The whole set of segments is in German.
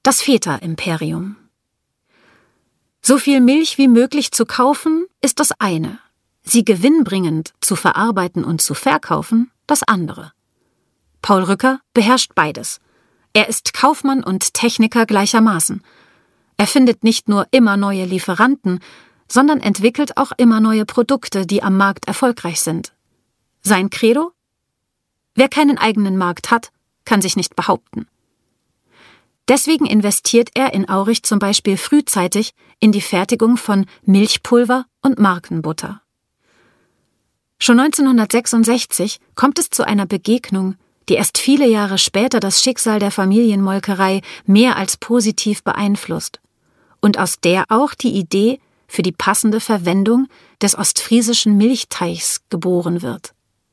Das Feta-Imperium. So viel Milch wie möglich zu kaufen, ist das eine. Sie gewinnbringend zu verarbeiten und zu verkaufen, das andere. Paul Rücker beherrscht beides. Er ist Kaufmann und Techniker gleichermaßen. Er findet nicht nur immer neue Lieferanten, sondern entwickelt auch immer neue Produkte, die am Markt erfolgreich sind. Sein Credo? Wer keinen eigenen Markt hat, kann sich nicht behaupten. Deswegen investiert er in Aurich zum Beispiel frühzeitig in die Fertigung von Milchpulver und Markenbutter. Schon 1966 kommt es zu einer Begegnung, die erst viele Jahre später das Schicksal der Familienmolkerei mehr als positiv beeinflusst und aus der auch die Idee für die passende Verwendung des ostfriesischen Milchteichs geboren wird.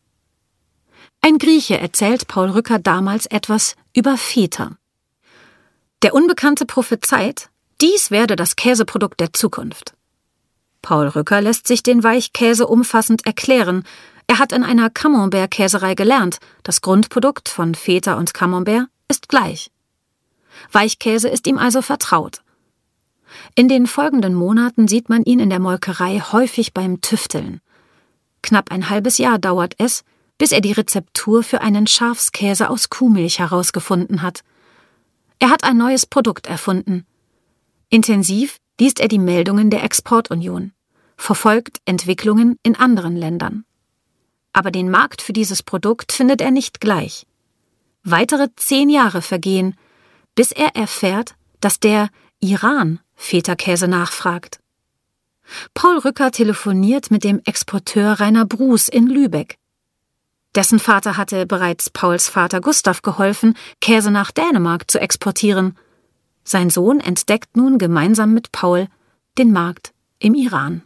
Ein Grieche erzählt Paul Rücker damals etwas über Feta. Der Unbekannte prophezeit, dies werde das Käseprodukt der Zukunft. Paul Rücker lässt sich den Weichkäse umfassend erklären. Er hat in einer Camembert-Käserei gelernt, das Grundprodukt von Feta und Camembert ist gleich. Weichkäse ist ihm also vertraut. In den folgenden Monaten sieht man ihn in der Molkerei häufig beim Tüfteln. Knapp ein halbes Jahr dauert es, bis er die Rezeptur für einen Schafskäse aus Kuhmilch herausgefunden hat. Er hat ein neues Produkt erfunden. Intensiv liest er die Meldungen der Exportunion, verfolgt Entwicklungen in anderen Ländern. Aber den Markt für dieses Produkt findet er nicht gleich. Weitere 10 Jahre vergehen, bis er erfährt, dass der Iran Feta-Käse nachfragt. Paul Rücker telefoniert mit dem Exporteur Rainer Bruß in Lübeck. Dessen Vater hatte bereits Pauls Vater Gustav geholfen, Käse nach Dänemark zu exportieren. Sein Sohn entdeckt nun gemeinsam mit Paul den Markt im Iran.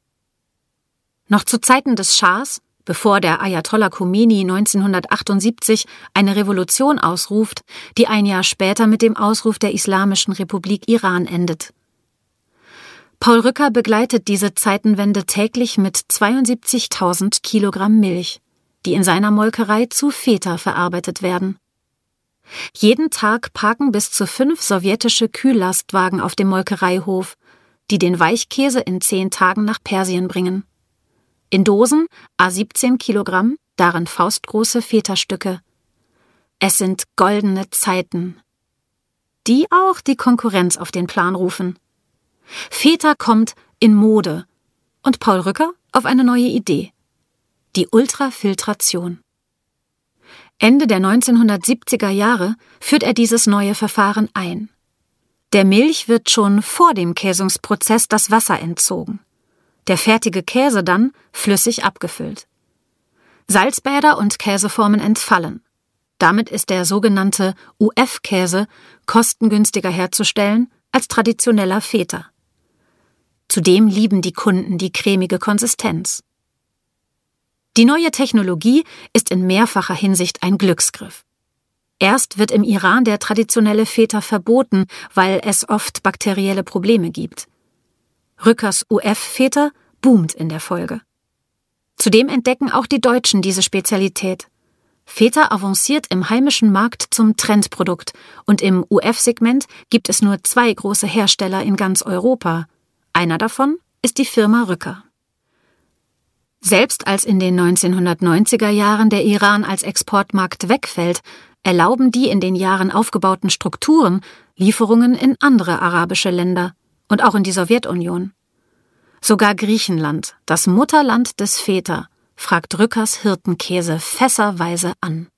Noch zu Zeiten des Schahs, bevor der Ayatollah Khomeini 1978 eine Revolution ausruft, die ein Jahr später mit dem Ausruf der Islamischen Republik Iran endet. Paul Rücker begleitet diese Zeitenwende täglich mit 72.000 Kilogramm Milch, die in seiner Molkerei zu Feta verarbeitet werden. Jeden Tag parken bis zu 5 sowjetische Kühllastwagen auf dem Molkereihof, die den Weichkäse in 10 Tagen nach Persien bringen. In Dosen A17 Kilogramm, darin faustgroße Feta-Stücke. Es sind goldene Zeiten, die auch die Konkurrenz auf den Plan rufen. Feta kommt in Mode und Paul Rücker auf eine neue Idee: die Ultrafiltration. Ende der 1970er Jahre führt er dieses neue Verfahren ein. Der Milch wird schon vor dem Käsungsprozess das Wasser entzogen. Der fertige Käse dann flüssig abgefüllt. Salzbäder und Käseformen entfallen. Damit ist der sogenannte UF-Käse kostengünstiger herzustellen als traditioneller Feta. Zudem lieben die Kunden die cremige Konsistenz. Die neue Technologie ist in mehrfacher Hinsicht ein Glücksgriff. Erst wird im Iran der traditionelle Feta verboten, weil es oft bakterielle Probleme gibt. Rückers UF-Feta boomt in der Folge. Zudem entdecken auch die Deutschen diese Spezialität. Feta avanciert im heimischen Markt zum Trendprodukt und im UF-Segment gibt es nur 2 große Hersteller in ganz Europa. Einer davon ist die Firma Rücker. Selbst als in den 1990er Jahren der Iran als Exportmarkt wegfällt, erlauben die in den Jahren aufgebauten Strukturen Lieferungen in andere arabische Länder und auch in die Sowjetunion. Sogar Griechenland, das Mutterland des Feta, fragt Rückers Hirtenkäse fässerweise an.